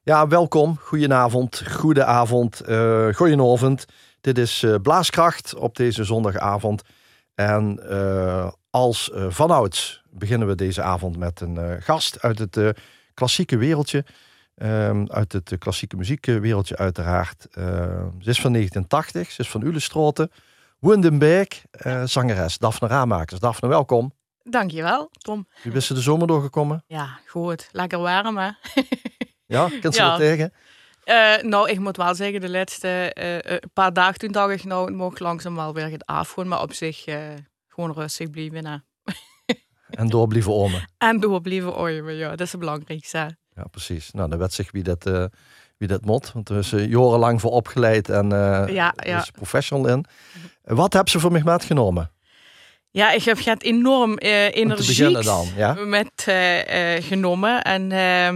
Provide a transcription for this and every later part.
Ja, welkom. Goedenavond, goedenavond, goedenavond. Dit is Blaaskracht op deze zondagavond. En als vanouds beginnen we deze avond met een gast uit het klassieke wereldje. Uit het klassieke muziekwereldje uiteraard. Ze is van 1980, ze is van Ulestroten. Woont in Beek, zangeres Daphne Ramakers. Daphne, welkom. Dankjewel, Tom. Wie bent ze de zomer doorgekomen? Ja, goed. Lekker warm, hè? Ja, kunt ze er tegen? Nou, ik moet wel zeggen, de laatste paar dagen toen dacht ik, nou, het mag langzaam wel weer het afgaan. Maar op zich gewoon rustig blijven. Hè. En door blijven omen. En door blijven omen, ja. Dat is het belangrijkste. Ja, precies. Nou, dan weet zich wie dat moet. Want er is jarenlang voor opgeleid en er is professional in. Wat heb ze voor mij metgenomen? Ja, ik heb het enorm energiek met genomen. En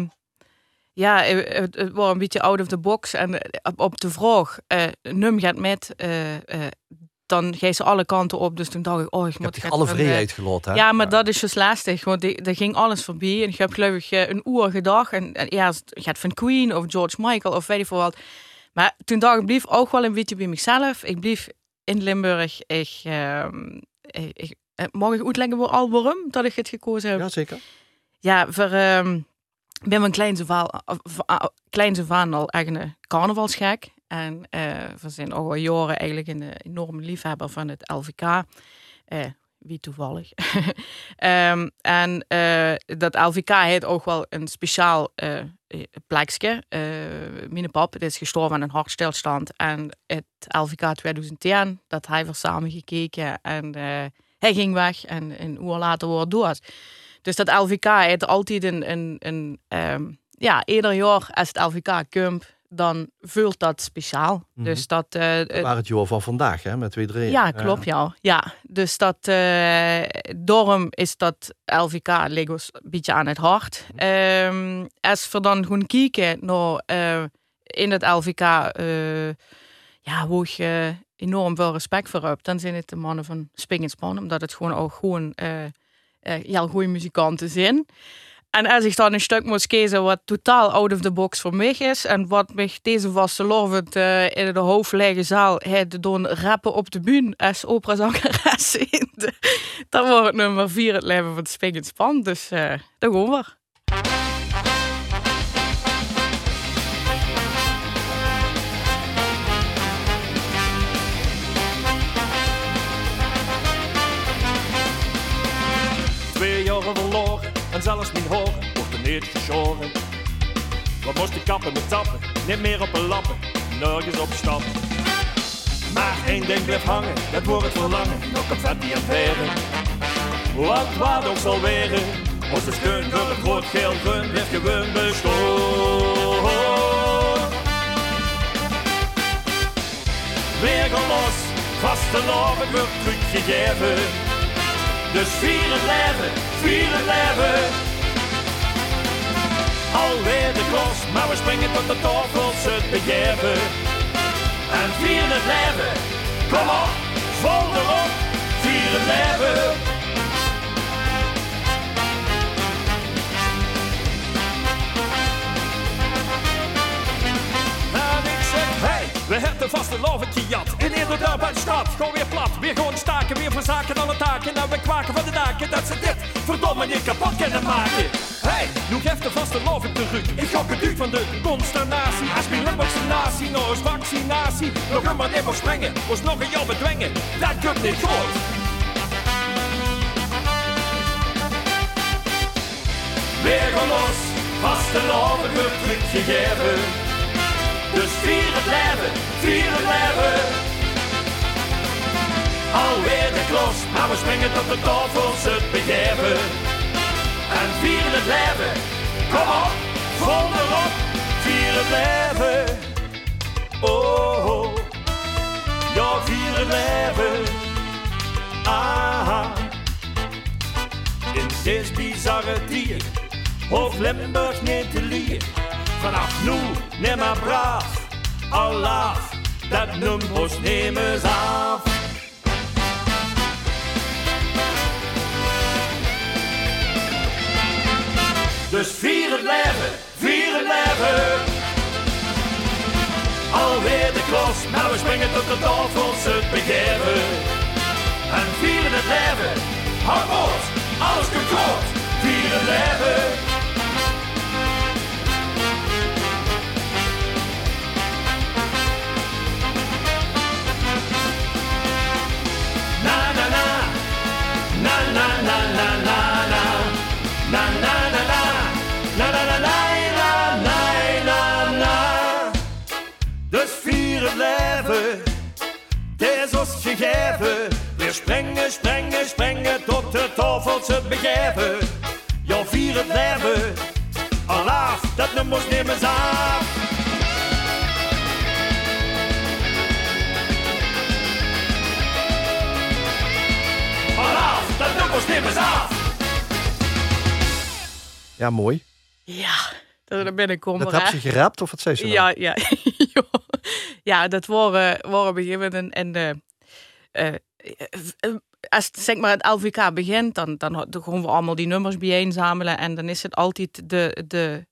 het was een beetje out of the box. En op de vraag, num gaat met, dan ga je ze alle kanten op. Dus toen dacht ik, ik moet... alle vrijheid gelaten, hè? Ja, maar dat is dus lastig. Want er ging alles voorbij. En ik heb geloof ik een uur gedacht. En het gaat van Queen of George Michael of weet ik veel wat. Maar toen dacht ik, bleef ook wel een beetje bij mezelf. Ik bleef in Limburg. Mag ik uitleggen waarom dat ik het gekozen heb? Ja, zeker. Ja, ik ben mijn kleinste van al echt een carnavalsgek. En we zijn al jaren eigenlijk een enorme liefhebber van het LVK. Wie toevallig. En dat LVK heeft ook wel een speciaal plekje. Mijn pap is gestorven aan een hartstilstand. En het LVK 2010, dat hij weer samen gekeken. En hij ging weg en een uur later wordt dood. Dus dat LVK heeft altijd ieder jaar als het LVK komt, dan vult dat speciaal. Mm-hmm. Dus dat waar het jaar van vandaag, hè, met 2-3. Ja, klopt, ja. Dus dat daarom is dat LVK Legos een beetje aan het hart. Als we dan gaan kijken naar in het LVK, hoe ik enorm veel respect voor heb, dan zijn het de mannen van Spink en Span, omdat het gewoon heel goede muzikanten zijn. En als ik dan een stuk moet kiezen wat totaal out of the box voor mij is en wat mij deze vastelovend in de hoofdlege zaal heeft doen rappen op de bühne als operazangeres, dan wordt het nummer 4 het leven van Spink en Span. Dus daar gaan we. Verloren en zelfs mijn horen wordt er niet geschoren. Wat moest ik kappen met tappen, niet meer op een lappen, nergens op stappen. Maar één ding blijft hangen, dat wordt het verlangen, nog confetti en veren. Wat ook zal weren, onze steun voor het rood-geel groen blijft gewoon bestaan. Weer gaan los, vaste loven wordt teruggegeven. Dus vier het leven. Alweer de klos, maar we springen tot de tafels het begeven. En vier het leven, kom op, vol erop, vier het leven. En ik zeg, hey, we hebben vast een lovend gejat. In ieder daar bij de stad, gewoon weer plat. Weer gewoon staken, weer verzaken alle taken. En we kwaken van de daken dat ze dit verdomme niet kapot kunnen maken. Hey, nu geeft de vaste lovend terug. Ik gok het uit van de consternatie. Als mijn Limburgse natie nog eens vaccinatie. Nog een manier voor springen, ons nog een jaar bedwingen. Dat komt niet goed. Weer gaan los, vaste lovend wordt teruggegeven. Dus vier het leven. Alweer de klos, maar we springen tot de tafels het begeven. En vieren het leven, kom op, vol erop, vier het leven. Oh, ja, vier het leven. Aha. In deze bizarre dier, hoeft Limburg niet te liegen. Vanaf nu, neem maar braaf, Allah, dat noemt ons neem eens af. Dus vier het leven, weer de klos, maar we springen tot de tafels het begeven. En vieren het leven, hard wordt, alles komt kort, vieren het leven. Na na na, na na na na na na, na na na na, na na na na na na na. Dus vier het leven, het is ons gegeven. Weer springen, springen, springen tot de tafels het begeven. Ja, vier het leven, alaaf, dat nummer neem eens af. Alaaf, dat nummer neem eens af. Ja, mooi. Ja, daar ben ik kommer. Dat heb ze gerapt of wat zei ze nou? Ja. Ja, dat waren op een gegeven moment en als zeg maar het LVK begint, dan gaan we allemaal die nummers bijeenzamelen en dan is het altijd de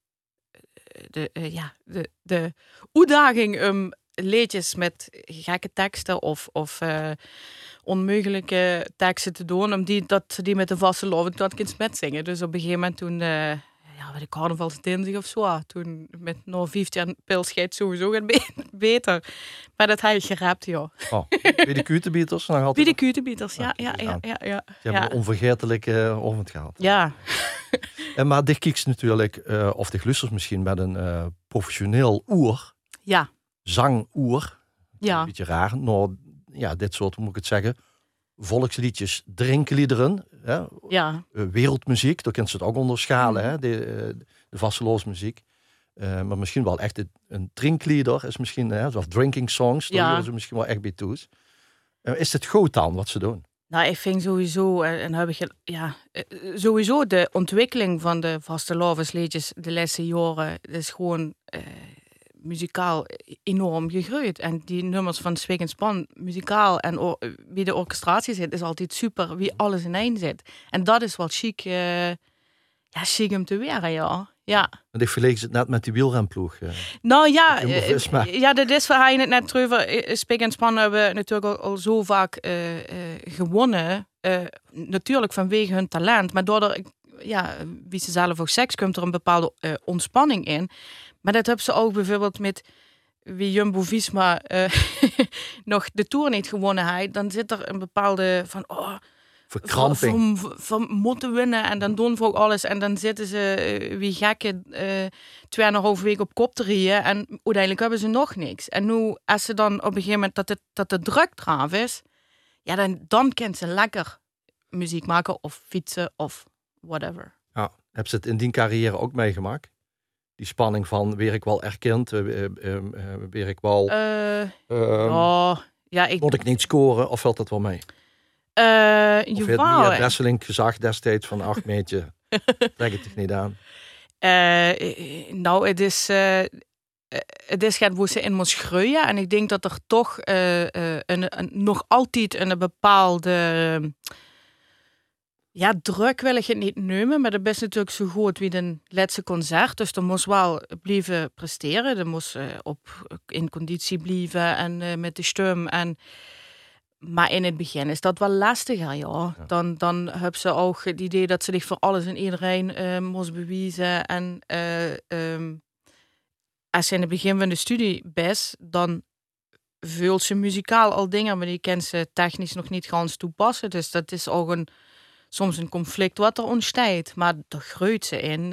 uitdaging om liedjes met gekke teksten of onmogelijke teksten te doen, om die met de vaste loven dat kind met zingen. Dus op een gegeven moment toen bij de carnavalsdinsdag of zo, toen met nog 15 pils gaat sowieso het beter. Maar dat heb je gerapt, joh. Oh, bij de Kutenbieters nog altijd? Bij de Kutenbieters, ja. Die hebben een onvergetelijke avond gehad. Ja. Maar dit kiekst natuurlijk, of de glusters misschien, met een professioneel oer. Ja. Zangoer. Ja. Een beetje raar. Nou, ja, dit soort, hoe moet ik het zeggen, volksliedjes, drinkliederen. Hè? Ja. Wereldmuziek, daar kent ze het ook onderschalen, hè? De vasteloosmuziek. Maar misschien wel echt een drinklieder is misschien, of drinking songs, daar horen ze misschien wel echt bij toe. Is het goed dan, wat ze doen? Nou, ik vind sowieso, sowieso de ontwikkeling van de vastelovensliedjes de laatste jaren, is gewoon muzikaal enorm gegroeid. En die nummers van Spiek en Span, muzikaal en wie de orchestratie zit, is altijd super, wie alles in één zit. En dat is wel chic, chic om te weren, ja. Ja. Want ik verleek het net met die wielrenploeg. Nou ja, dat is waar je het net over. Spiek en Span hebben natuurlijk al zo vaak gewonnen. Natuurlijk vanwege hun talent, maar doordat, wie ze zelf ook zegt, komt er een bepaalde ontspanning in. Maar dat hebben ze ook bijvoorbeeld met wie Jumbo-Visma nog de Tour niet gewonnen heeft. Dan zit er een bepaalde van verkramping. Van moeten winnen en dan doen we ook alles. En dan zitten ze wie gekken 2,5 weken op kop te rijden. En uiteindelijk hebben ze nog niks. En nu, als ze dan op een gegeven moment dat de druk eraf is, ja, dan kan ze lekker muziek maken of fietsen of whatever. Ja, heb ze het in die carrière ook meegemaakt? Die spanning van, weer ik wel erkend, weer ik wel... Moet ik niet scoren of valt dat wel mee? Of je het meer wrestling gezag destijds van 8 meter, trek het zich niet aan? Het is geen hoe ze in moest groeien. En ik denk dat er toch nog altijd een bepaalde... druk wil ik het niet nemen, maar dat is natuurlijk zo goed wie een laatste concert. Dus er moest wel blijven presteren. Er moest in conditie blijven en met de stem. Maar in het begin is dat wel lastiger, ja. Dan hebben ze ook het idee dat ze zich voor alles en iedereen moest bewijzen. En als ze in het begin van de studie best, dan vult ze muzikaal al dingen, maar die kan ze technisch nog niet gaan toepassen. Dus dat is ook soms een conflict wat er ontstaat, maar daar groeit ze in.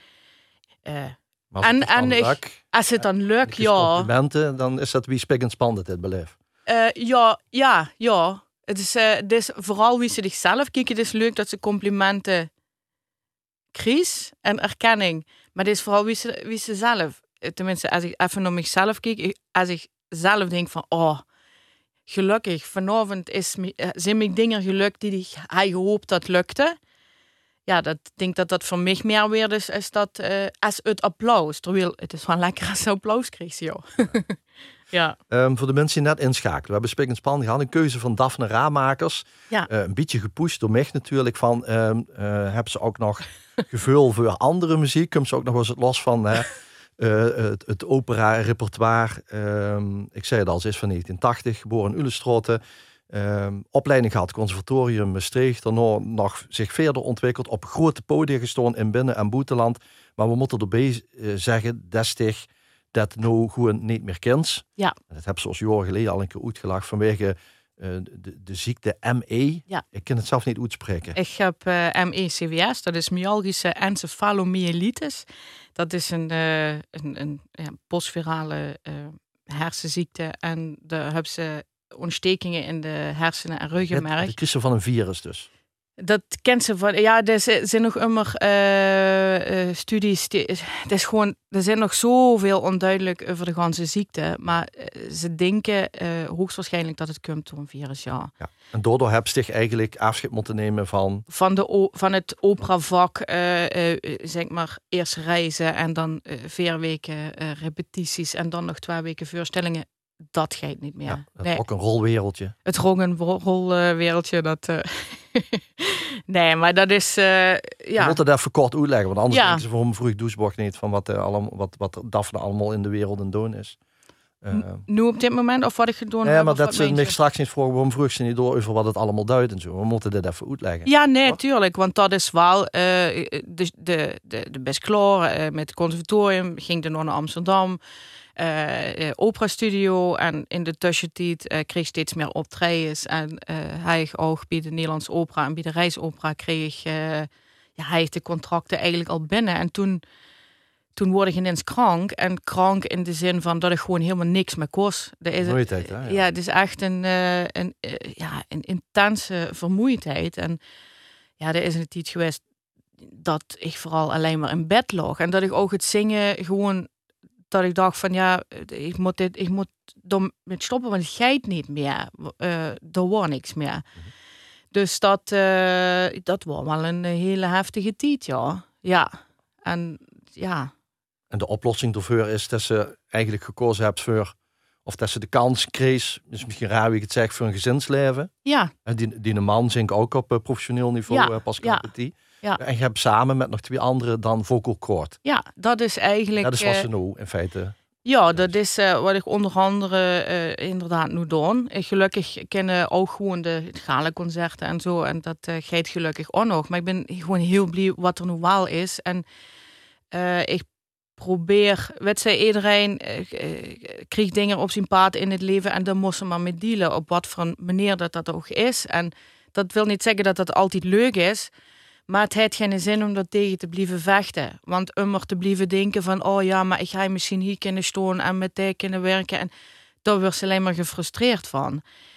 Als het dan lukt, ja. Complimenten, dan is dat wie Spiek en Span dit beleeft. Ja. Het is vooral wie ze zichzelf kijken. Het is leuk dat ze complimenten krijgt en erkenning. Maar het is vooral wie ze zelf. Tenminste, als ik even naar mezelf kijk, als ik zelf denk van, gelukkig, vanavond zijn mijn dingen gelukt die hij gehoopt dat lukte. Ja, denk dat voor mij meer weer is dat als het applaus. Terwijl het is wel lekker als ze applaus krijgt, joh. Ja. Voor de mensen die net inschakelen. We hebben Spiek en Span gehad. Een keuze van Daphne Ramakers. Ja. Een beetje gepusht door mij natuurlijk. Hebben ze ook nog gevul voor andere muziek? Komt ze ook nog eens het los van Het opera-repertoire. Ik zei het al, ze is van 1980, geboren in Ulerstroten. Opleiding gehad, conservatorium Maastricht. Daarna nog zich verder ontwikkeld. Op grote podia gestaan in binnen- en buitenland. Maar we moeten erbij zeggen, destijds dat nou gewoon niet meer kent. Ja. Dat heb ze als jaren geleden al een keer uitgelachen vanwege de ziekte ME. Ja. Ik kan het zelf niet uitspreken. Ik heb ME-CVS, dat is myalgische encefalomyelitis. Dat is een postvirale hersenziekte. En daar hebben ze ontstekingen in de hersenen en ruggenmerg. De kiezen van een virus dus. Dat kent ze van. Ja, er zijn nog immer studies. Er zijn nog zoveel onduidelijk over de ganse ziekte. Maar ze denken hoogstwaarschijnlijk dat het komt door een virus, ja. En daardoor heb je zich eigenlijk afscheid moeten nemen van van het operavak, zeg maar, eerst reizen en dan 4 weken repetities en dan nog 2 weken voorstellingen. Dat gaat niet meer. Ja, dat is ook een rolwereldje. Het rock'n'roll-wereldje, dat... Nee, maar dat is... Je moet het even kort uitleggen, want anders denken ze waarom vroeg Doesborg niet van wat Daphne allemaal in de wereld aan doen is. Nu op dit moment, of wat ik gedaan heb? Ja, maar dat ze me straks niet vragen, waarom vroeg ze niet door over wat het allemaal duidt en zo. We moeten dit even uitleggen. Ja, nee, tuurlijk, want dat is wel de best klaar. Met het conservatorium ging er nog naar Amsterdam. Opera studio en in de tussentijd kreeg steeds meer optredens en hij ook bij de Nederlandse opera en bij de Reisopera kreeg hij de contracten eigenlijk al binnen en toen word ik ineens krank en krank in de zin van dat ik gewoon helemaal niks meer kost. Vermoeidheid, hè? Ja, het is echt een intense vermoeidheid en ja, er is een tijd geweest dat ik vooral alleen maar in bed lag en dat ik ook het zingen gewoon dat ik dacht van ja, ik moet met stoppen, want het gaat niet meer. Er wordt niks meer. Mm-hmm. Dus dat was wel een hele heftige tijd, ja. Ja. En ja. En de oplossing daarvoor is dat ze eigenlijk gekozen hebt voor, of dat ze de kans kreeg, dus misschien raar wie ik het zeg, voor een gezinsleven. Ja. En die een man zingt ook op professioneel niveau, Pascal Petit. Ja. En je hebt samen met nog 2 anderen dan vocal cord. Ja, dat is eigenlijk... Dat is wat ze nou in feite... Ja, dat is wat ik onder andere inderdaad nu doe. Gelukkig kennen ook gewoon de galenconcerten en zo. En dat gaat gelukkig ook nog. Maar ik ben gewoon heel blij wat er nu wel is. En ik probeer... iedereen krijgt dingen op zijn pad in het leven. En dan moet ze maar mee dealen op wat voor manier dat ook is. En dat wil niet zeggen dat dat altijd leuk is. Maar het heeft geen zin om dat tegen te blijven vechten. Want om er te blijven denken van... oh ja, maar ik ga misschien hier kunnen staan en met die kunnen werken. En daar wordt ze alleen maar gefrustreerd van.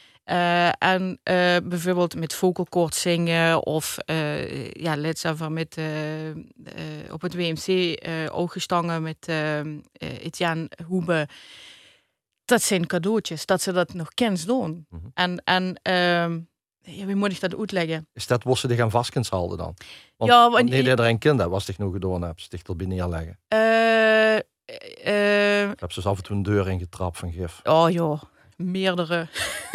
En bijvoorbeeld met vocal cord zingen... of let's even met op het WMC ooggestangen met Etienne Hoebe. Dat zijn cadeautjes, dat ze dat nog kent doen. Mm-hmm. En wie moet ik dat uitleggen? Is dat wat ze die gaan vast houden dan? Want ja, wanneer er een kind was zich nog gedaan hebt, zich erbij neerleggen. Ik heb ze af en toe een deur ingetrapt van gif. Oh joh, meerdere.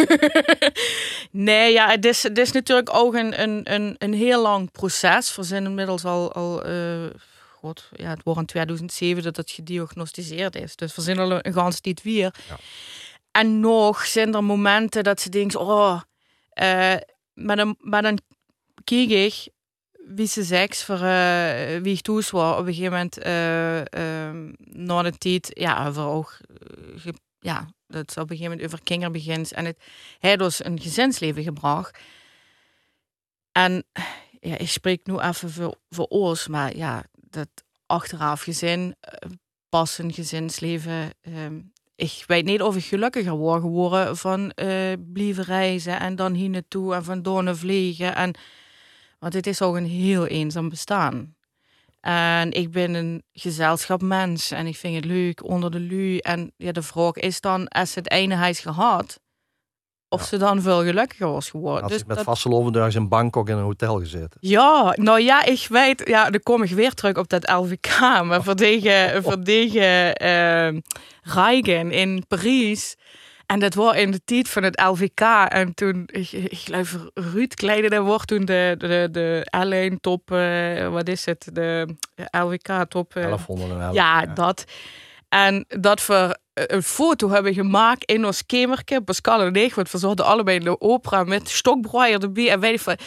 Nee, ja, het is natuurlijk ook een heel lang proces. We zijn inmiddels al het wordt in 2007 dat het gediagnosticeerd is. Dus we zijn al een ganse tijd weer. Ja. En nog zijn er momenten dat ze denken, maar dan kijk ik wie ze zegt voor wie ik toes was op een gegeven moment na de tijd over ook dat op een gegeven moment over kinderen begint en hij dus een gezinsleven gebracht en ik spreek nu even voor ons, maar ja, dat achteraf gezin pas een gezinsleven. Ik weet niet of ik gelukkiger word geworden van blijven reizen en dan hier naartoe en van daar naar vliegen. Want het is ook een heel eenzaam bestaan. En ik ben een gezelschapmens en ik vind het leuk onder de lui. En ja, de vraag is dan, als ze het ene huis gehad, of ze dan veel gelukkiger was geworden. Als ik met vastelovend in Bangkok in een hotel gezeten. Ja, nou ja, ik weet, dan kom ik weer terug op dat LVK. Maar voor deze Reigen in Parijs. En dat was in de tijd van het LVK. En toen, ik geloof, Ruud Kleine, dat wordt toen de L1 top, wat is het? De LVK top. 1111. Ja, dat. En dat we een foto hebben gemaakt in ons kamertje, Pascal en ik, want we zochten allebei in de opera met stokbroeier erbij. En weet ik van,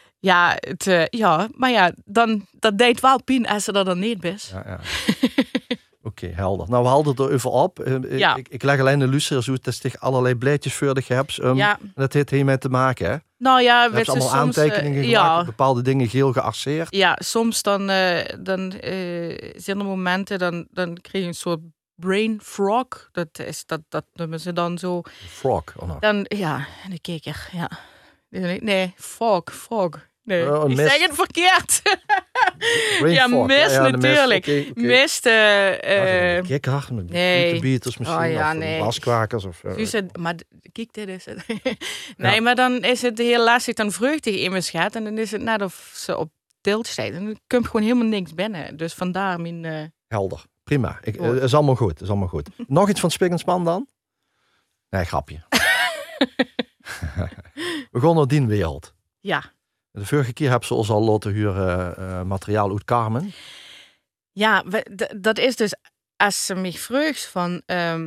maar ja, dan, dat deed wel pijn als ze dat dan niet best. Ja. Oké, helder. Nou, we hadden het er even op. Ik leg alleen de luisteraars uit dat je allerlei blijtjes voor de hebt. Dat heeft hiermee te maken, hè? Nou ja, we hebben allemaal aantekeningen gemaakt, bepaalde dingen geel gearseerd. Ja, soms dan zijn er momenten, dan krijg je een soort brain frog. Dat noemen ze dan zo. Frog, of nou? Dan, ja, de kikker, ja. Nee, frog. Nee, ik mist. zeg het verkeerd. Ja, mist natuurlijk. Mist. Kikker, met nee. beaters misschien, of waskwakers. Maar kijk, dit is het. Nee, maar dan is het heel lastig. Dan vreugde je in mijn schat. En dan is het net of ze op tilt staat. En dan komt gewoon helemaal niks binnen. Dus vandaar mijn... Helder, prima. Is allemaal goed. Nog iets van Spikkenspan dan? Nee, grapje. We gaan naar die wereld. Ja. De vorige keer hebben ze ons al laten huren materiaal uit Carmen. Ja, dat is dus als ze mij vraagt van...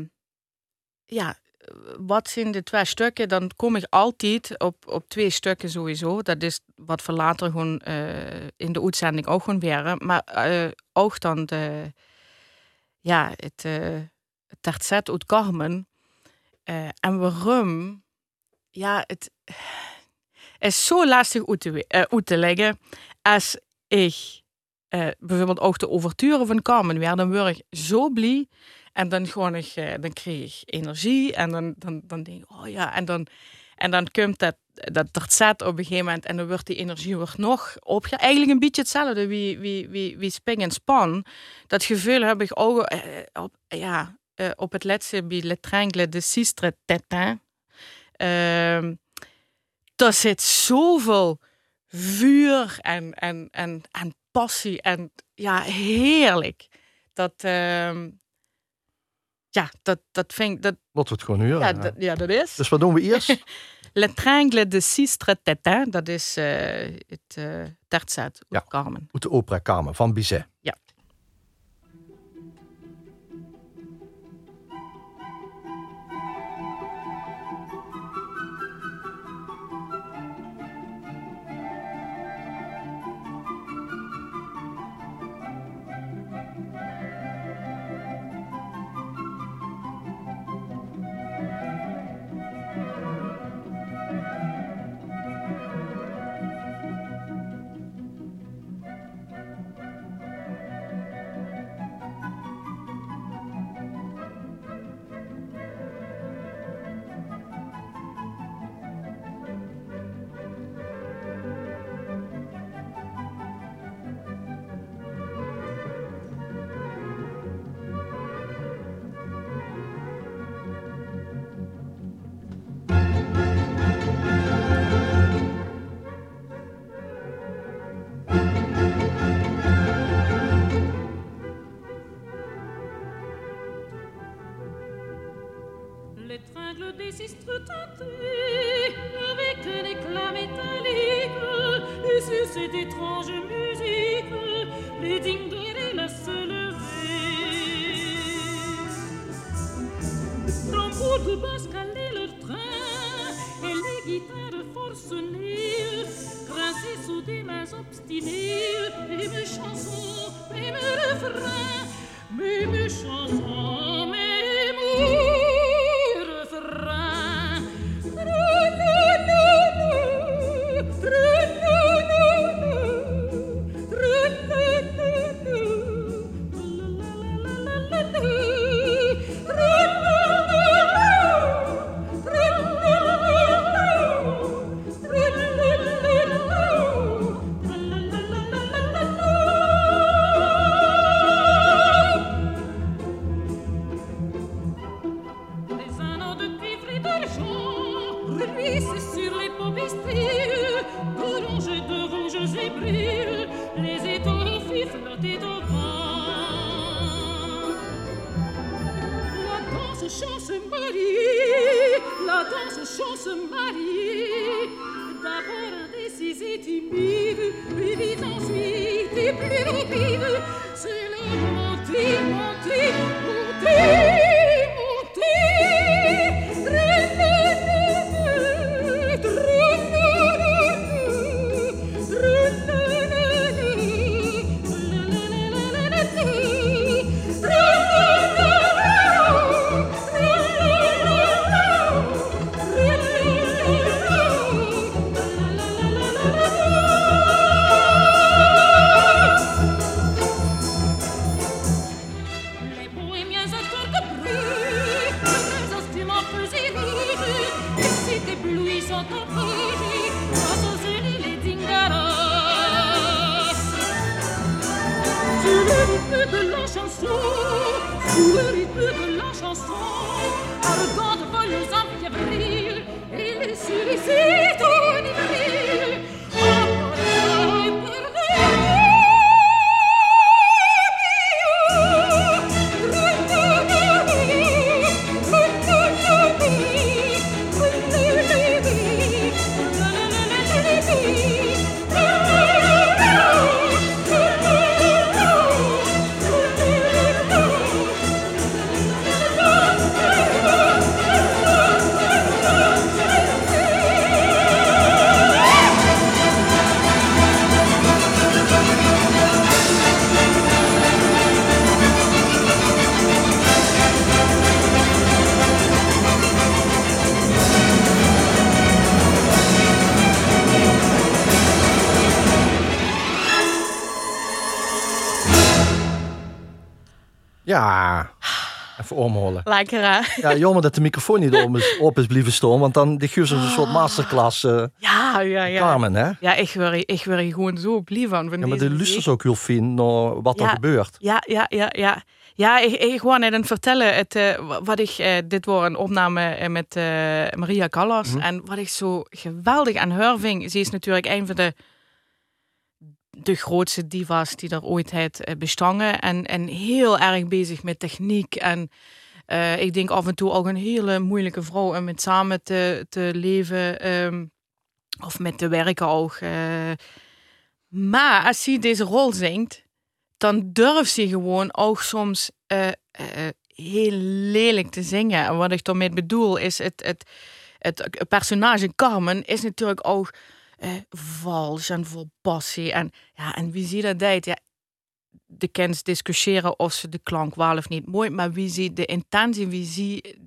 wat zijn de 2 stukken? Dan kom ik altijd op 2 stukken sowieso. Dat is wat we later gewoon in de uitzending ook gewoon weer. Maar ook dan het tertzet uit Carmen. En waarom? Ja, het is zo lastig uit te leggen. Als ik bijvoorbeeld ook de overturen van Carmen weer, dan word ik zo blij. En dan dan kreeg ik energie. En dan denk ik, oh ja. En dan komt dat tertzet op een gegeven moment. En dan wordt die energie nog opgegaan. Eigenlijk een beetje hetzelfde wie Sping en Span. Dat gevoel heb ik ook op het laatste bij L'Étrangle de Sistre Tétin. Er zit zoveel vuur en passie. En ja, heerlijk. Dat vind ik... Laten we het gewoon huren. Ja, dat is. Dus wat doen we eerst? L'Étrangle de Sistre Tétin. Dat is het tertzet uit Carmen. Uit de opera Carmen van Bizet. Ja. L'étrangle des sistres tentées, avec un éclat métallique, et sur cette étrange musique, les dinguerilles se lever. Tambour de basse calaient leur train, et les guitares forcenées, grincées sous des mains obstinées, et mes chansons, et mes refrains, mes chansons, mes mots. dans ce chant se marier. D'abord indécise et timide, puis vite ensuite et plus rapide. C'est le monter, monter, monter, sous le rythme de la chanson, arrogante, voleuse, enfiévrée, et les sollicite enivrée. Ja, even omholen. Lekker, hè? Ja, jammer dat de microfoon niet op is blijven staan, want dan die geeft een soort masterclass. Ja. Carmen, hè? Ja, ik word er gewoon zo blij van. Ja, maar de luistert ook heel fijn naar wat er gebeurt. Ja. Ja, ik wou net aan vertellen, dit was een opname met Maria Callas. En wat ik zo geweldig aan haar vind, ze is natuurlijk een van de grootste divas die er ooit heeft bestangen. En heel erg bezig met techniek. En ik denk af en toe ook een hele moeilijke vrouw om met samen te leven. Of met te werken ook. Maar als ze deze rol zingt, dan durft ze gewoon ook soms heel lelijk te zingen. En wat ik daarmee bedoel is, het personage Carmen is natuurlijk ook vals en vol passie. En wie zie dat deed? Ja, de kens discussiëren of ze de klank wel of niet mooi, maar wie ziet de intentie, wie ziet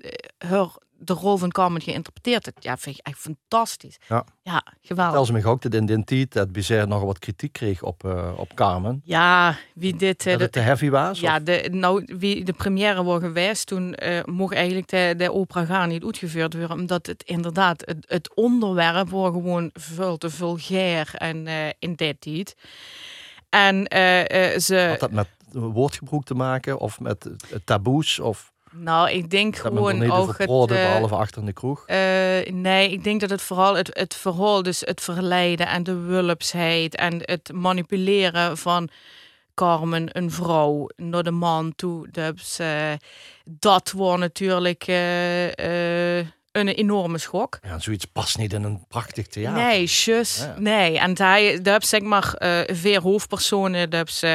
de rol van Carmen geïnterpreteerd. Ja, vind ik echt fantastisch. Ja, geweldig. Stel ze me ook dat in die tijd dat Bizet nog wat kritiek kreeg op Carmen. Ja, wie dit... dat het te heavy was? Ja, wie de première was geweest, toen mocht eigenlijk de opera gaan niet uitgevoerd worden, omdat het inderdaad, het onderwerp was gewoon veel te vulgair en in die tijd. En ze... Had dat met woordgebruik te maken of met taboes of... Nou, ik denk dat gewoon ook het... behalve achter in de kroeg? Nee, ik denk dat het vooral het verhaal, dus het verleiden en de wulpsheid en het manipuleren van Carmen, een vrouw, naar de man toe. Dus, dat was natuurlijk een enorme schok. Ja, zoiets past niet in een prachtig theater. Nee, nee. En daar zeg maar 4 hoofdpersonen.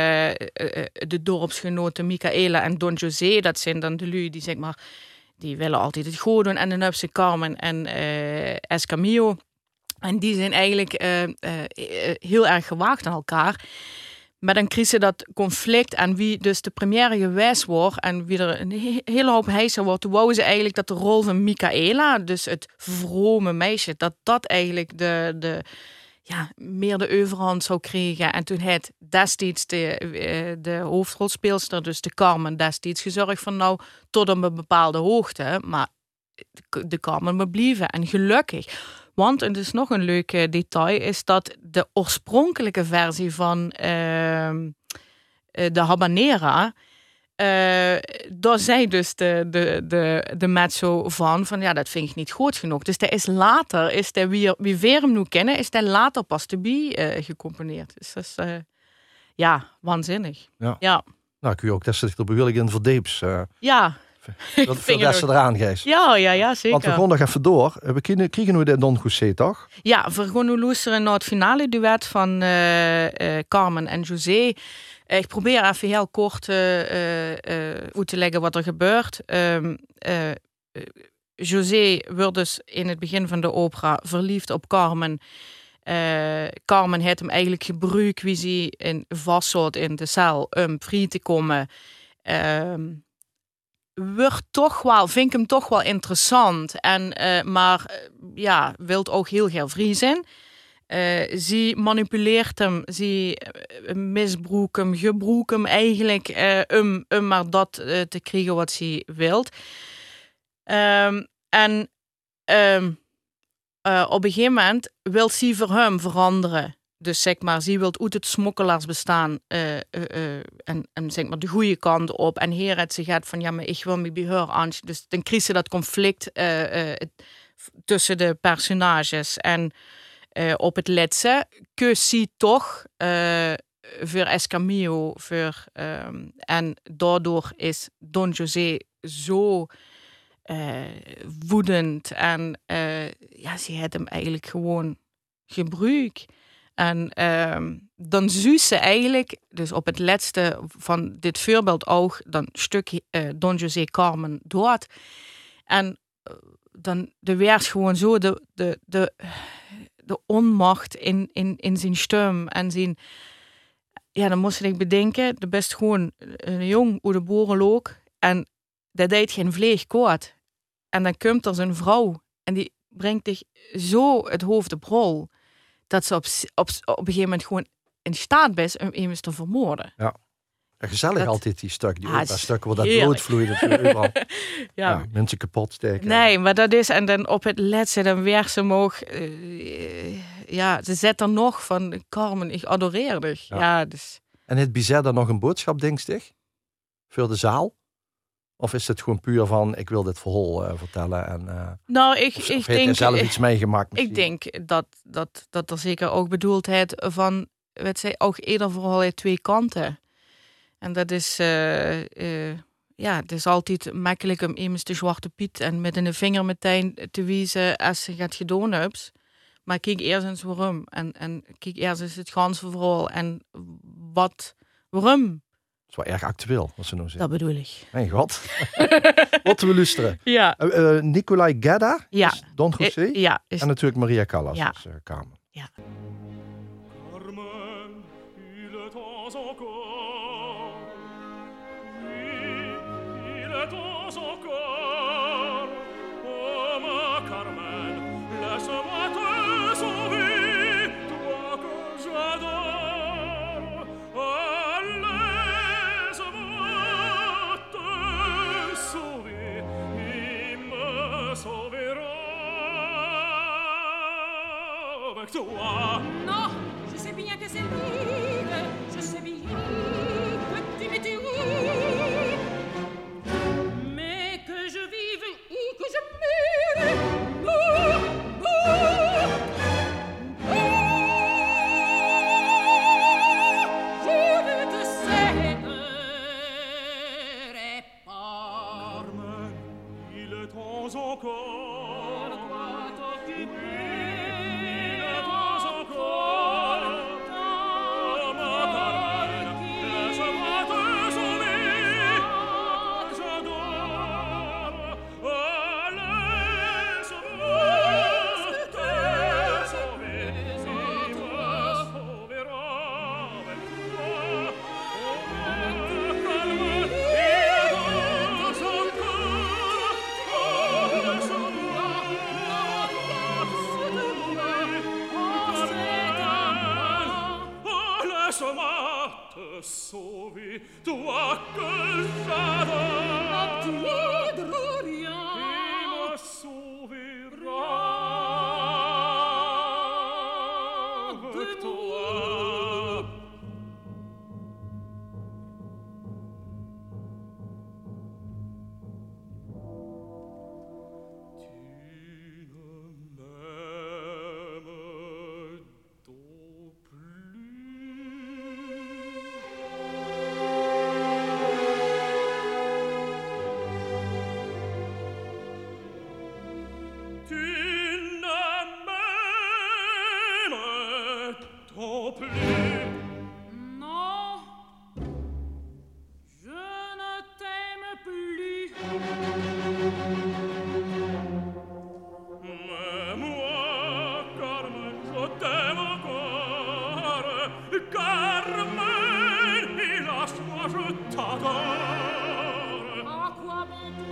De dorpsgenoten Michaela en Don José. Dat zijn dan de lui die zeg maar, die willen altijd het goed doen. En dan heb ze Carmen en Escamillo. En die zijn eigenlijk heel erg gewaagd aan elkaar. Maar dan kreeg ze dat conflict en wie dus de première geweest wordt en wie er een hele hoop heisa wordt, toen wou ze eigenlijk dat de rol van Michaela, dus het vrome meisje, dat eigenlijk meer de overhand zou krijgen. En toen had destijds de hoofdrolspeelster, dus de Carmen, destijds gezorgd van nou, tot een bepaalde hoogte, maar de Carmen bleven en gelukkig. Want, en dus nog een leuk detail, is dat de oorspronkelijke versie van de Habanera, daar zei dus de mezzo van ja, dat vind ik niet goed genoeg. Dus er is later, wie weer hem nu kennen, is er later pas erbij gecomponeerd. Dus dat is, waanzinnig. Ja. Nou, kun je ook testen dat er bewillig in verdeeps. Ja. Veel dat ze eraan, Gijs. Ja, zeker. Want we gaan nog even door. We kriegen nu de Don José, toch? Ja, we gaan nu luisteren naar het finale duet van Carmen en José. Ik probeer even heel kort uit te leggen wat er gebeurt. José wordt dus in het begin van de opera verliefd op Carmen. Carmen heeft hem eigenlijk gebruikt wie ze vastzat in de cel om vrij te komen. Vind ik hem toch wel interessant. Maar wil ook heel veel vrij zijn. Ze manipuleert hem, ze misbruikt hem, gebruikt hem eigenlijk om maar dat te krijgen wat ze wilt. Op een gegeven moment wil ze voor hem veranderen. Dus zeg maar, ze wil uit het smokkelaarsbestaan en zeg maar de goede kant op. En hier het ze gaat van, ja, maar ik wil me bij haar aan. Dus dan krijg je dat conflict tussen de personages. En op het laatste keus ze toch voor Escamillo. En daardoor is Don José zo woedend. En ze had hem eigenlijk gewoon gebruikt. En dan zou ze eigenlijk, dus op het laatste van dit voorbeeld ook, dan stuk Don José Carmen dood. En dan werd gewoon zo de onmacht in zijn stem en zijn. Ja, dan moest ik bedenken, de best gewoon een jong uit de boerenlook en dat deed geen vleeg kwaad. En dan komt er zo'n vrouw en die brengt zich zo het hoofd op rol dat ze op een gegeven moment gewoon in staat is om iemand te vermoorden. Ja. Gezellig Dat, altijd die stuk, die stukken waar dat heerlijk. bloed vloeit. Overal. Ja. Mensen kapot steken. Nee, maar dat is, en dan op het laatste, dan weer ze omhoog. Ze zet er nog van, Carmen, ik adoreer dich. Ja, dus. En heeft Bizet dan nog een boodschap, dingstig? Voor de zaal? Of is het gewoon puur van, ik wil dit verhaal vertellen? En, nou, ik denk... Heeft hij zelf iets meegemaakt misschien? Ik denk dat er zeker ook bedoeldheid van, weet zij, ook ieder verhaal heeft twee kanten. En dat is, het is altijd makkelijk om iemand de zwarte piet en met een vinger meteen te wijzen als ze gaat gedaan hebt. Maar kijk eerst eens waarom. En kijk eerst eens het ganse verhaal. En waarom? Dat is wel erg actueel, wat ze nou zeggen. Dat bedoel ik. Mijn god. Wat we luisteren. Ja. Nicolai Gedda, Ja. Don José. Ja. En natuurlijk Maria Callas, Ja. dus Carmen. Ja. Carmen, il est temps encore. Oui, il est temps encore. Oh, ma Carmen, laisse-moi te sauver, toi que j'adore. Ah, laisse-moi te sauver, il me sauvera avec toi. Non, je sais bien que c'est libre, je sais bien que tu me tuerais. Mais que je vive ou que je meure, non, non, je veux te céder et pas. Carmen, il est temps encore. Pourquoi t'occuper? Il est temps encore. Oh, ma Carmen, laisse-moi te sauver. J'adore. Oh, laisse-moi te sauver. Il me sauvera avec toi. Oh, ma Carmen, il est temps encore. Oh, laisse-moi. Oh, laisse-moi te sauver, toi que j'adore. Tu voudras rien. Il me sauvera avec toi. Tu ne m'aimes donc plus.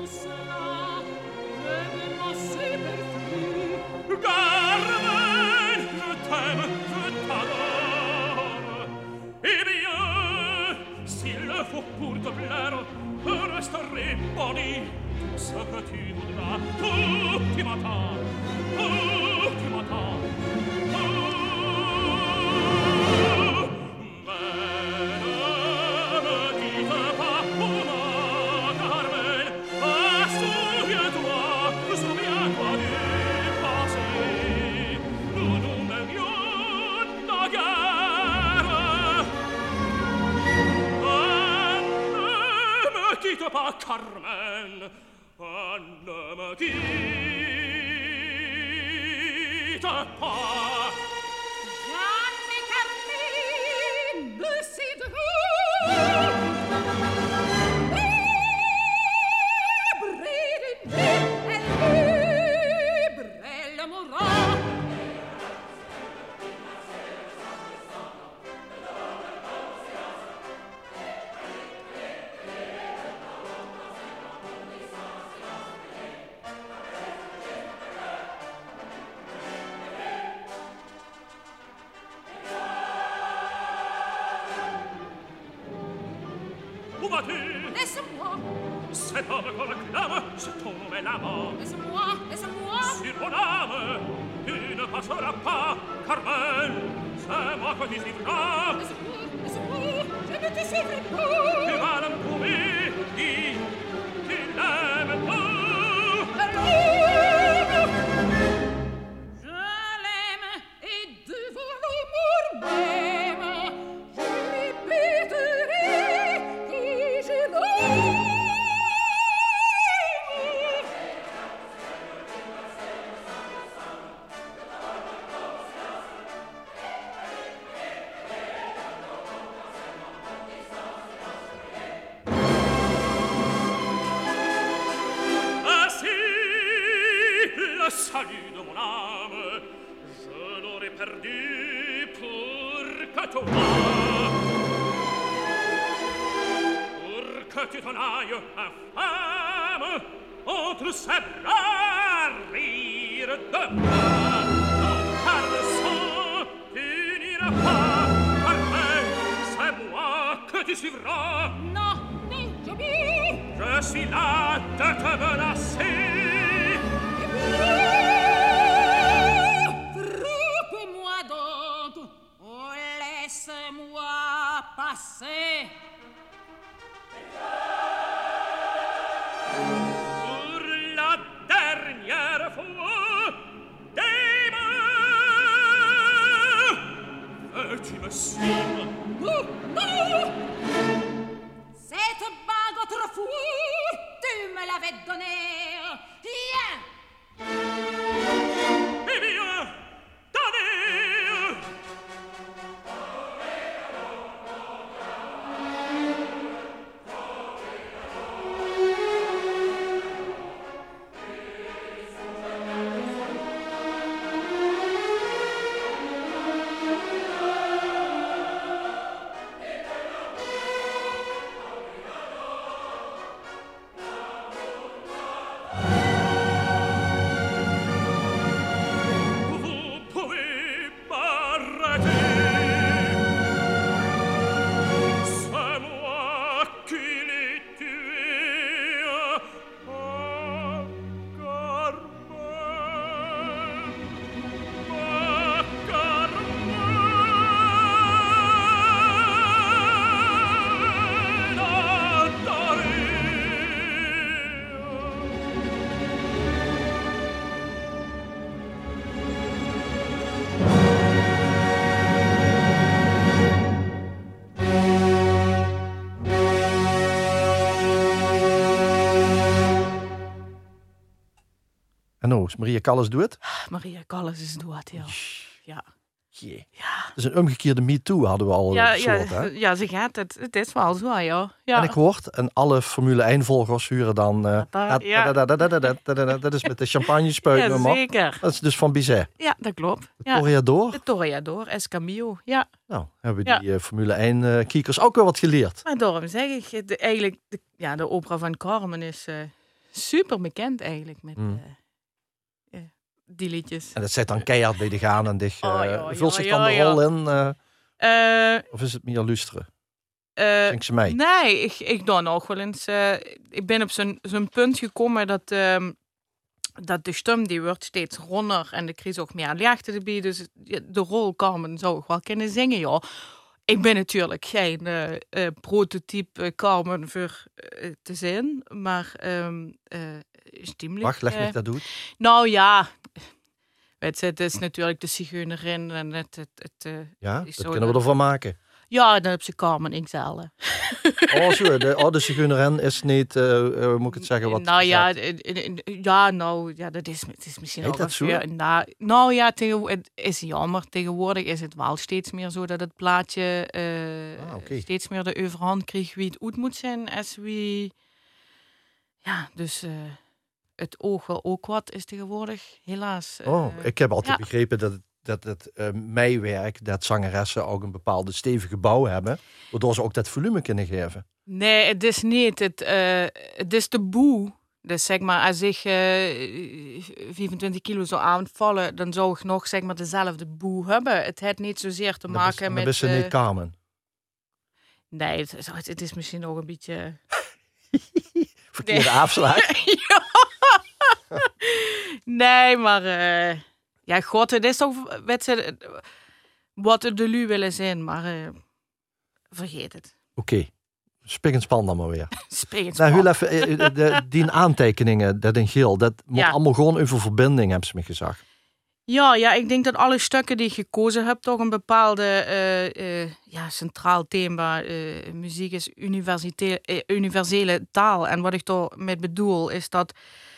tout cela, je m'en superflue. Carmen, je t'aime, je t'adore. Eh bien, s'il le faut pour te plaire, resterai poli. Tout ce que tu voudras, tout tu m'attends, tout tu m'attends. Pas Carmen, ne me quitte pas. Jamais Carmine ne cédera. Libre, elle mourra. Où vas-tu? Laisse-moi, Cet homme qu'on réclame, c'est ton nom et la mort. laisse-moi, laisse-moi. Sur mon âme, tu ne passeras pas, Carmen. C'est moi que tu suivras. Laisse-moi, laisse-moi, je ne te suivrai Tu pas. vas le prouver, dis, tu l'aimes pas. Je l'aime et devant l'amour même, je répéterai que je l'aime. Ainsi, le salut de mon âme, je l'aurais perdu pour que toi, pour que tu t'en ailles infâme, entre ses bras rire de moi. Non, car le sang, tu n'iras pas, Carmen, c'est moi que tu suivras. Non, non, j'obéis. Je suis là de te menacer. Frappe-moi donc, oh laisse-moi passer. Pour la dernière fois, dis-moi, veux-tu me suivre? Oh, non! Cette bague autrefois, tu me l'avais donnée. Tiens! Eh bien, donnez! En nou, is Maria Callas doet? Maria Callas is dood, ja. Ja. Jee. Ja. Dat is een omgekeerde MeToo, hadden we al besloten. Hè? Ja, ze gaat het. Het is wel zo, ja. Ja. En ik hoort, en alle Formule 1-volgers huren dan... Ja. Dat is met de champagne spuiten. Ja, zeker. Dat is dus van Bizet. Ja, dat klopt. De Ja. Toreador. De Toreador, Escamillo, ja. Nou, hebben die Formule 1-kiekers ook wel wat geleerd. Maar daarom zeg ik, eigenlijk, de opera van Carmen is super bekend eigenlijk met die liedjes. En dat zit dan keihard bij de gaan en dich. Vult zich dan de ja. rol in? Of is het meer luisteren? Denk ze mij? Nee, ik doe nog wel eens. Ik ben op zo'n punt gekomen dat de stem die wordt steeds ronder en de krijg ook meer licht erbij. Dus de rol Carmen zou ik wel kunnen zingen, ja. Ik ben natuurlijk geen prototype Carmen voor te zijn, maar stimmelijk. Wacht, leg me dat doet. Nou ja, het is natuurlijk de zigeunerin en Ja, is dat zo kunnen we ervan maken. Ja, dan heb ze Carmen XL. Oh zo, de zigeunerin is niet, hoe moet ik het zeggen? Wat Nou ja, het is misschien Heet ook dat zo? Nou ja, het is jammer. Tegenwoordig is het wel steeds meer zo dat het plaatje steeds meer de overhand krijgt wie het uit moet zijn als wie. Ja, dus het oog wel ook wat is tegenwoordig, helaas. Ik heb altijd begrepen dat het meewerk, dat zangeressen ook een bepaalde stevige bouw hebben, waardoor ze ook dat volume kunnen geven. Nee, het is niet. Het is de boe. Dus zeg maar, als ik 25 kilo zou aanvallen, dan zou ik nog zeg maar dezelfde boe hebben. Het heeft niet zozeer te maken met. Dat is niet Carmen. Nee, het is misschien nog een beetje. Verkeerde afslag. Nee, maar ja, god, het is toch wat de lu willen zijn, maar vergeet het. Oké. Spik en span dan maar weer. Spik heel even, die aantekeningen, dat in geel, dat moet allemaal gewoon over verbinding, hebben ze me gezegd. Ja, ik denk dat alle stukken die ik gekozen heb toch een bepaalde centraal thema. Muziek is universele taal. En wat ik daarmee bedoel is dat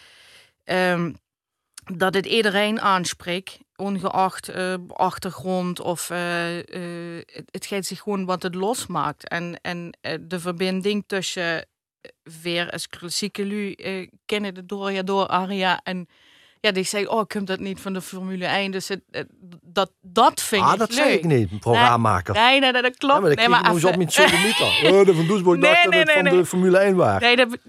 het iedereen aanspreekt, ongeacht achtergrond of het gaat zich gewoon wat het losmaakt. En de verbinding tussen weer als klassieke lu kennen de door aria en ja, die zei, komt dat niet van de Formule 1? Dus dat vind ik leuk. Dat zei ik niet, een programmamaker. Nee, dat klopt. Ja, maar dat kreeg ik niet zo de mythe. De Van Doesburg dacht dat het van de Formule 1 was.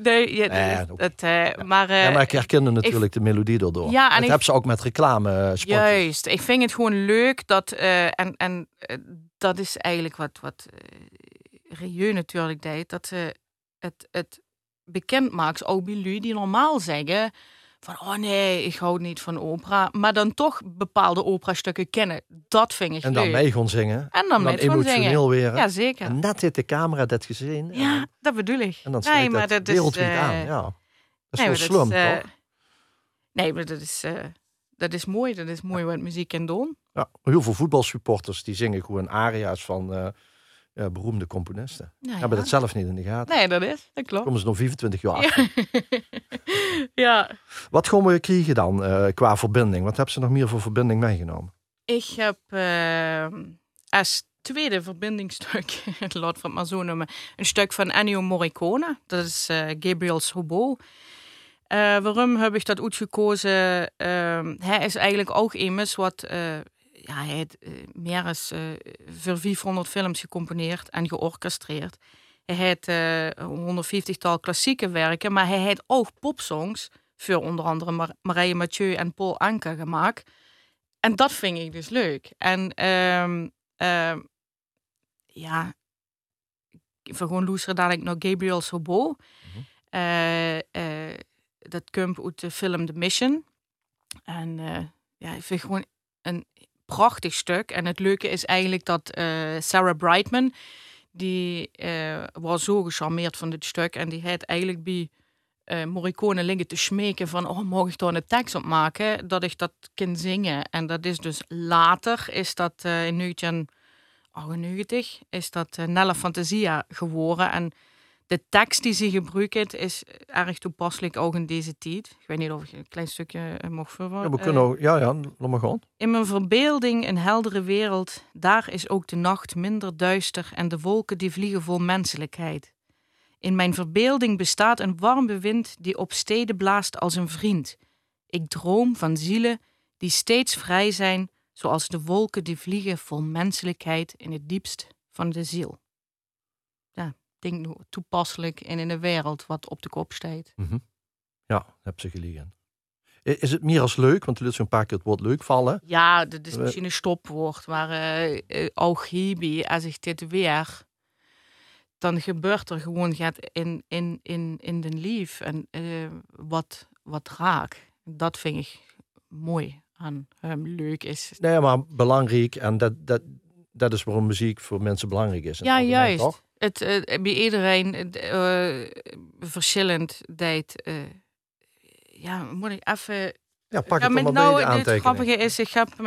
Maar ik herkende natuurlijk de melodie daardoor. Ja, en dat heb ze ook met reclame spotjes. Juist, ik vind het gewoon leuk dat, dat is eigenlijk wat Rieu natuurlijk deed, dat ze het bekend maakt, ook bij lui die normaal zeggen van, nee, ik hou niet van opera. Maar dan toch bepaalde operastukken kennen. Dat vind ik leuk. En dan mee gaan zingen. En dan emotioneel weer. Ja, zeker. En net heeft de camera dat gezien. Ja, dat bedoel ik. En dan spreekt dat wereldwijd aan. Ja. Dat is wel slim, toch? Nee, maar dat is mooi. Dat is mooi wat muziek kan doen. Ja, heel veel voetbalsupporters die zingen gewoon aria's van beroemde componisten. Hebben dat zelf niet in de gaten. Nee, dat klopt. Komen ze nog 25 jaar achter. Ja. Wat gaan we krijgen dan qua verbinding? Wat hebben ze nog meer voor verbinding meegenomen? Ik heb als tweede verbindingstuk, laat het maar zo noemen, een stuk van Ennio Morricone. Dat is Gabriel's Hobo. Waarom heb ik dat uitgekozen? Hij is eigenlijk ook immers wat... hij heeft meer dan voor 500 films gecomponeerd en georchestreerd. Hij heeft 150-tal klassieke werken, maar hij heeft ook popsongs voor onder andere Mireille Mathieu en Paul Anka gemaakt. En dat vind ik dus leuk. En ik wil gewoon luisteren dadelijk naar Gabriel's Hobo. Dat komt uit de film The Mission. En ik vind gewoon een prachtig stuk. En het leuke is eigenlijk dat Sarah Brightman, die was zo gecharmeerd van dit stuk. En die had eigenlijk bij Morricone liggen te smeken van, mag ik daar een tekst op maken, dat ik dat kan zingen. En dat is dus later, is dat in 1998, is dat Nella Fantasia geworden. En de tekst die ze gebruikt is erg toepasselijk ook in deze tijd. Ik weet niet of ik een klein stukje mag verwoorden. Ja, we kunnen ook, laat maar gaan. In mijn verbeelding een heldere wereld, daar is ook de nacht minder duister en de wolken die vliegen vol menselijkheid. In mijn verbeelding bestaat een warme wind die op steden blaast als een vriend. Ik droom van zielen die steeds vrij zijn, zoals de wolken die vliegen vol menselijkheid in het diepst van de ziel. Ja, denk nu toepasselijk en in een wereld wat op de kop staat. Mm-hmm. Ja, heb ze geliegen. Is het meer als leuk? Want je liet zo'n paar keer het woord leuk vallen. Ja, dat is misschien een stopwoord. Maar ook hierbij, als ik dit weer... dan gebeurt er gewoon in de lief. En wat raak. Dat vind ik mooi aan leuk is. Nee, maar belangrijk. En dat is waarom muziek voor mensen belangrijk is. Ja, juist. Toch? Het bij iedereen verschillend deed. Ja, moet ik even... Ja, pak Ja, het met allemaal bij de het aantekening. grappige is, ik heb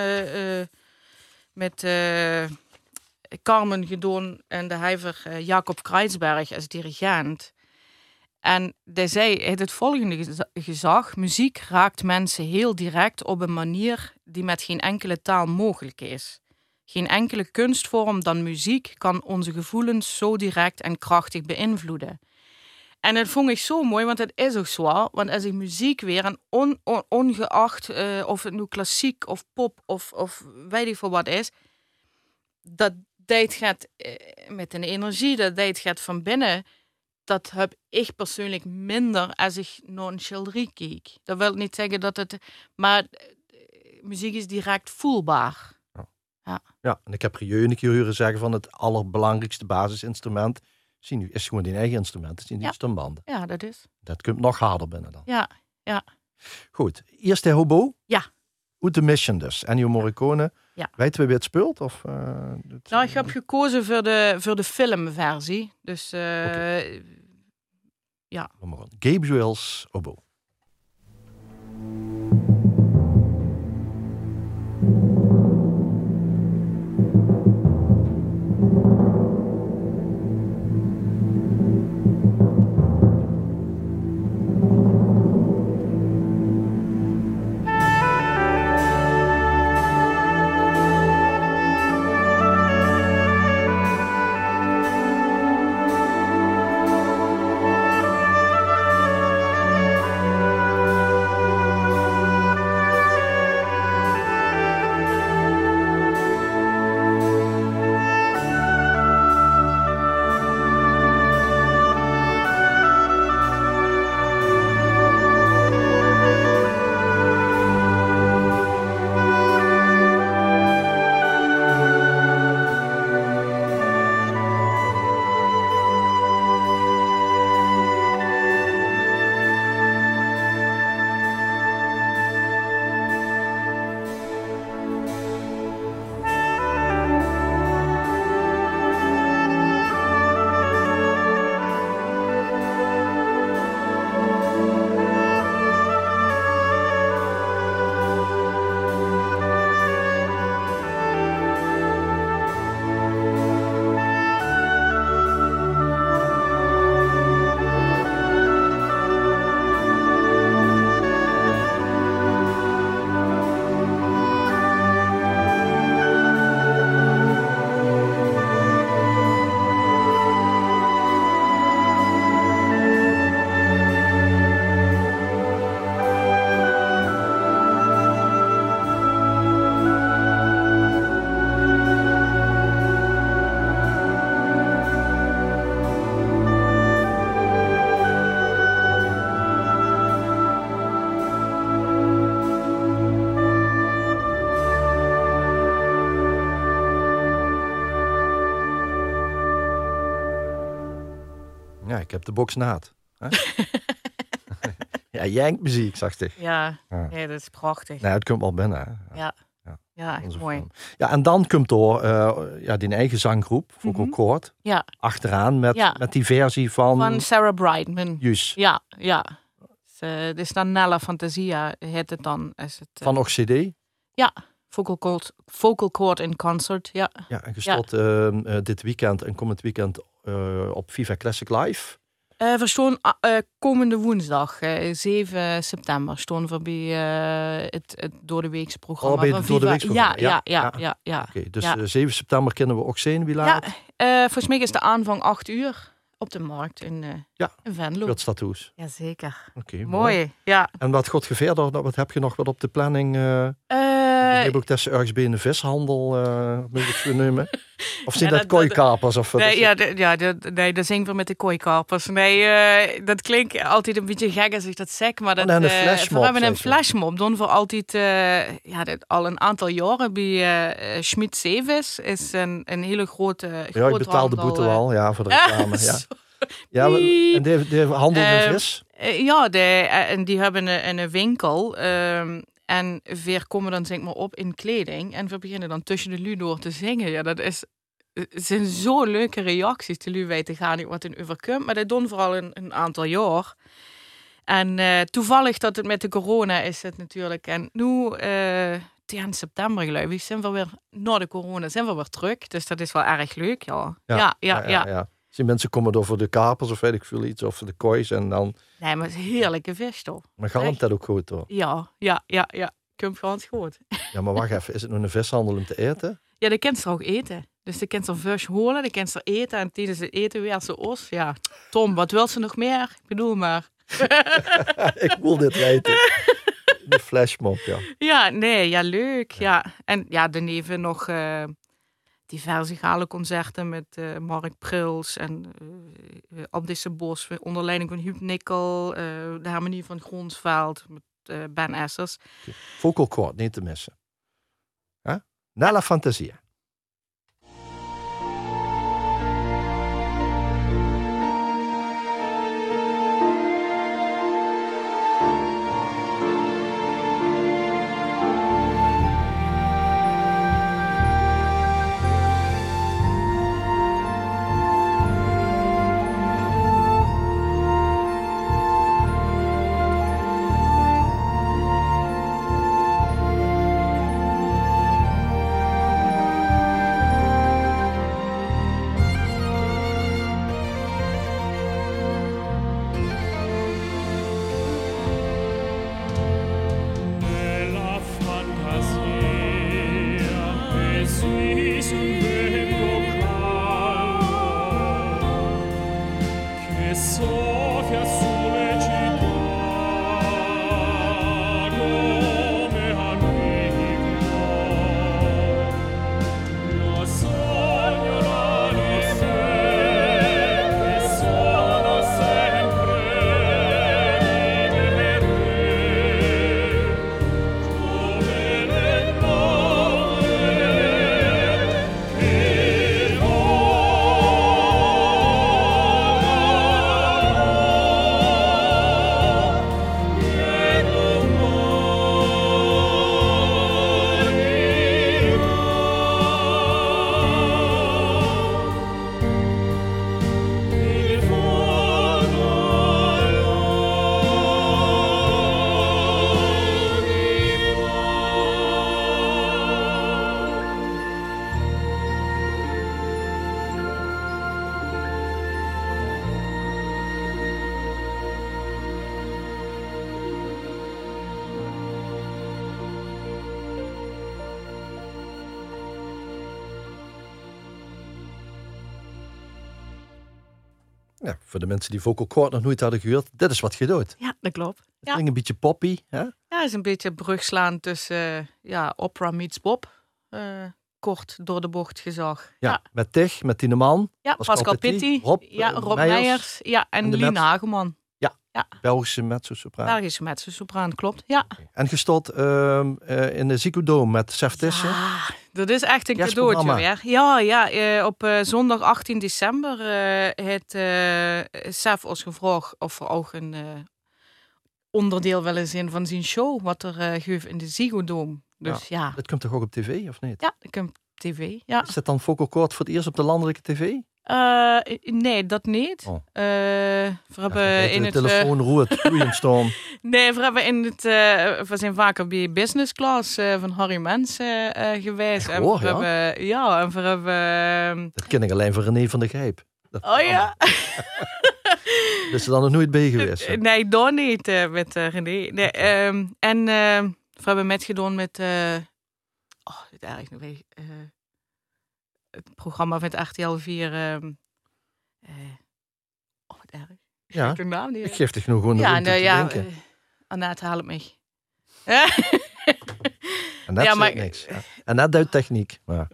met Carmen gedaan en de Heiver Jacob Kruisberg als dirigent. En hij zei het volgende gezag: muziek raakt mensen heel direct op een manier die met geen enkele taal mogelijk is. Geen enkele kunstvorm dan muziek kan onze gevoelens zo direct en krachtig beïnvloeden. En dat vond ik zo mooi, want het is ook zo. Want als ik muziek weer, en ongeacht of het nu klassiek of pop of weet ik veel wat is, dat gaat met een energie, dat gaat van binnen. Dat heb ik persoonlijk minder als ik naar een schilderij kijk. Dat wil niet zeggen dat het... Maar muziek is direct voelbaar. Ja, en ik heb Rieu een keer horen zeggen van het allerbelangrijkste basisinstrument is gewoon die eigen instrument. Het zijn die stembanden. Ja, dat is. Dat komt nog harder binnen dan. Ja. Goed, eerst de hobo. Ja. Uit de Mission dus. Ennio Morricone. Ja. Weet we wie het speelt? Of, Nou, ik heb gekozen voor de filmversie. Dus ja. Gabriel's Oboe. Ja, ik heb de box naad. Ja, jankmuziek, zag ik. Ja, nee, dat is prachtig. Nee, het komt wel binnen. Hè. Ja, echt mooi. Film. Ja, en dan komt door die eigen zanggroep, Vocal Chord, achteraan met die versie van Sarah Brightman. Juist. Ja. Dus dan Nella Fantasia heet het dan. Is het, van nog CD? Ja, Vocal Chord in Concert, ja. Ja, en gestart dit weekend en komend weekend op Viva Classic Live. Verstaan komende woensdag, 7 september, stonden we bij het doordeweekse programma. Oh, bij het doordeweekse programma? Ja. Oké, dus 7 september kunnen we ook zien wie laat? Ja, volgens mij is de aanvang 8 uur op de markt in Venlo. Dat statues. Jazeker. Oké, mooi. Ja. En wat gaat je verder? Wat heb je nog wat op de planning? heb ook tussen ergens bij in de vishandel, moet ik het zo noemen. Of zijn Ja, dat kooikapers? Of wat is het? Nee, dat zingen we met de kooikarpers. Nee, dat klinkt altijd een beetje gek als ik dat zeg. Maar dat, een flashmob, we hebben een zeg je. flashmob. Doen we altijd al een aantal jaren bij Schmid Zeevis. Is een hele grote Ja, ik betaal de boete wel, ja, voor de reclame. Ja. Ja, en die handelt in vis? En die hebben een winkel. En we komen dan zeg maar op in kleding. En we beginnen dan tussen de lui door te zingen. Ja, het zijn zo leuke reacties te lui weten gaan niet wat in overkomt. Maar dat doen vooral een aantal jaar. En toevallig dat het met de corona is het natuurlijk. En nu, tegen september geloof ik, zijn we weer, na de corona, zijn we weer terug. Dus dat is wel erg leuk, ja. Zien mensen komen door voor de kapers of weet ik veel iets, of voor de koois en dan... Nee, maar het is heerlijke vis toch? Maar galmt dat ook goed hoor? Ja. Komt gewoon goed. Ja, maar wacht even, is het nu een vishandel om te eten? Ja, de kind ze ook eten. Dus de kind ze vis holen, de kind ze eten en tijdens het eten weer ze os. Ja, Tom, wat wil ze nog meer? Ik bedoel maar. Ik wil dit weten. De flashmob, ja. Ja, nee, ja, leuk. Ja. En ja, daarneven nog diverse galenconcerten met Mark Prils en Abdisse Bos onder leiding van Huub Nikkel, de harmonie van Gronsveld met Ben Essers. Vocal cord, niet te missen. Huh? Nella Fantasia. Ja, voor de mensen die vocal cord nog nooit hadden gehoord, dit is wat je doet. Ja, dat klopt. Het Ja. klinkt een beetje poppy. Hè? Ja, het is een beetje brugslaan tussen opera meets pop. Kort door de bocht gezag. Ja, met Tig, met Tieneman, Ja, Pascal Pitti, Rob Meijers, ja, en de Lien mezz- Hageman. Belgische mezzo-sopraan. Belgische mezzo-sopraan, klopt. Ja. En gestot in de Ziggo Dome met Sef Tissen. Ja, dat is echt een Kerstprogramma. cadeautje weer. Ja, op zondag 18 december heeft Sef ons gevraagd of er ook een onderdeel willen zijn van zijn show, wat er geeft in de Ziggo Dome. Dus ja, Dat komt toch ook op tv, of niet? ja, dat komt op tv. Ja. Is dat dan vocal cord voor het eerst op de landelijke tv? Nee, dat niet. Oh. We hebben in de het telefoon roert, vloeiend staan. nee, we hebben in het we zijn vaker bij Business Class van Harry Mens geweest. Echt waar, we ja? hebben en we hebben Dat ken ik alleen van René van der Gijp. Dat oh ja. Dus er dan nog nooit bij geweest. hè? Nee, daar niet met René. Nee, en we hebben metgedaan met dit eigenlijk nog weer, het programma met RTL 4. Wat erg. Ja, De naam niet. ik geef dich nog gewoon de Ja, ruimte te denken. Annette haal het mij. En net Ja, zei maar- ik niks. Ja. En net uit techniek. Ja.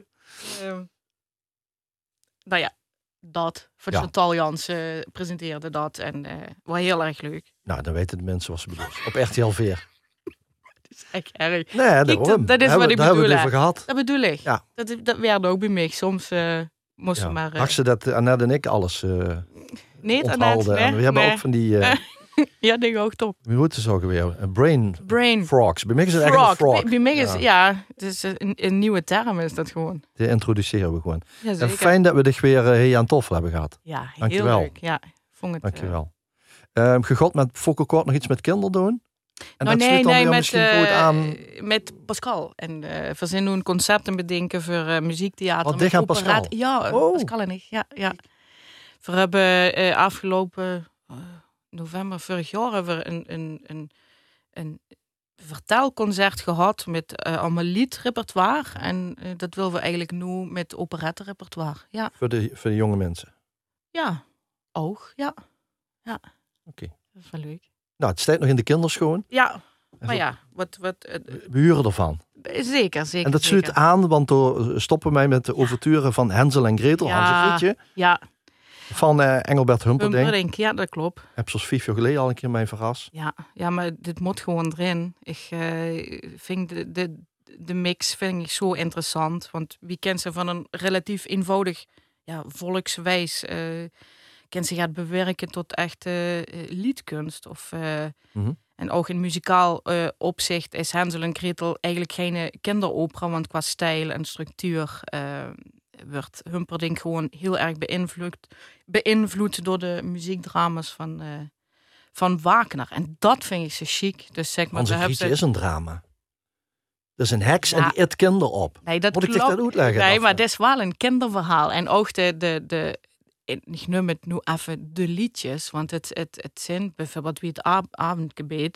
Nou ja, dat. Van Ja. Chantal Jans presenteerde dat. En was heel erg leuk. Nou, dan weten de mensen wat ze bedoelt. Op RTL 4. Dat is echt erg. Nee, daarom. dat is Daar wat ik daar hebben we bedoel, het over gehad. Dat bedoel ik. Ja. Dat werd ook bij mij. Soms moesten Ja. maar... Ach, ze dat Annette en ik alles nee, onthaalden. En we hebben ook van die... Ja, denk ook top. hoe heet het ook alweer? Brain Brain frogs. Bij mij is het echt een frog. frog. Bij mij is, ja, het is een nieuwe term is dat gewoon. Die introduceren we gewoon. Ja, En zeker. fijn dat we dich weer heel aan tof hebben gehad. Ja, heel Dankjewel. leuk. Ja, vond het, Dankjewel. Gegod met Fokke Kort nog iets met kinderen doen? En Nou, dat sluit dan weer misschien goed aan... met Pascal. En we zijn nu een concepten bedenken voor muziektheater. Wat dicht met aan Pascal? operaat. Ja, Oh. Pascal en ik. Ja, ja. We hebben afgelopen november vorig jaar hebben we een vertelconcert gehad met allemaal liedrepertoire. En dat willen we eigenlijk nu met operetterepertoire. Ja, Voor de jonge mensen. ja. Ook, ja. Ja. Oké. Dat is wel leuk. Nou, het staat nog in de kinderschoen. Ja, maar ja, We huren ervan. zeker, zeker. En dat sluit zeker. aan, want we stoppen mij met de overturen van Hansel en Gretel, Ja. Hans en Grietje, Ja, van Engelbert Humperdinck. Humperdinck, ja, dat klopt. Heb zoals 5 jaar geleden al een keer mij verrast. Ja, maar dit moet gewoon erin. Ik vind de mix vind ik zo interessant. Want wie kent ze van een relatief eenvoudig volkswijs... kan zich gaat bewerken tot echt liedkunst. En ook in muzikaal opzicht is Hansel en Gretel eigenlijk geen kinderopera. Want qua stijl en structuur wordt Humperdinck gewoon heel erg beïnvloed door de muziekdramas van Wagner. En dat vind ik zo chic. Dus zeg maar, Hans en daar Grietje hebben ze- is een drama. Dat is een heks Ja. en die eet kinderen op. Nee, dat Moet ik klopt. dit uitleggen? Nee, Daphne? maar het is wel een kinderverhaal. En ook ik noem het nu even de liedjes. Want het zijn bijvoorbeeld wie het avondgebed.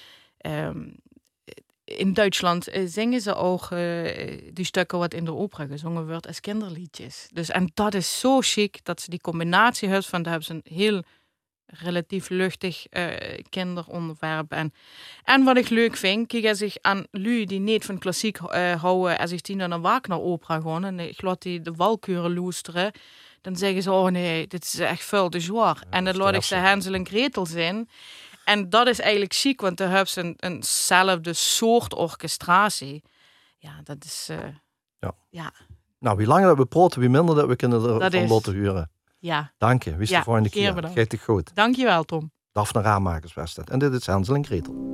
In Duitsland zingen ze ook die stukken wat in de opera gezongen wordt als kinderliedjes. Dus, en dat is zo chic dat ze die combinatie hebben van, daar hebben ze een heel relatief luchtig kinderonderwerp. En wat ik leuk vind, kijk, als ik aan lui die niet van klassiek houden, als ik die naar een Wagner-opera gaan en ik laat die de walkuren loesteren, dan zeggen ze, oh nee, dit is echt veel te zwaar. En dan laat ik ze Hansel en Gretel zijn. En dat is eigenlijk chic, want daar hebben ze eenzelfde soort orchestratie. Ja, dat is... ja. Nou, wie langer dat we praten, wie minder dat we kunnen Dat ervan is- laten huren. Ja, Dank je. Wie is Ja, de volgende zeer keer? bedankt. Geet het goed. dankjewel Tom. Daphne Raamakers was dat. En dit is Hansel en Gretel.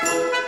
Thank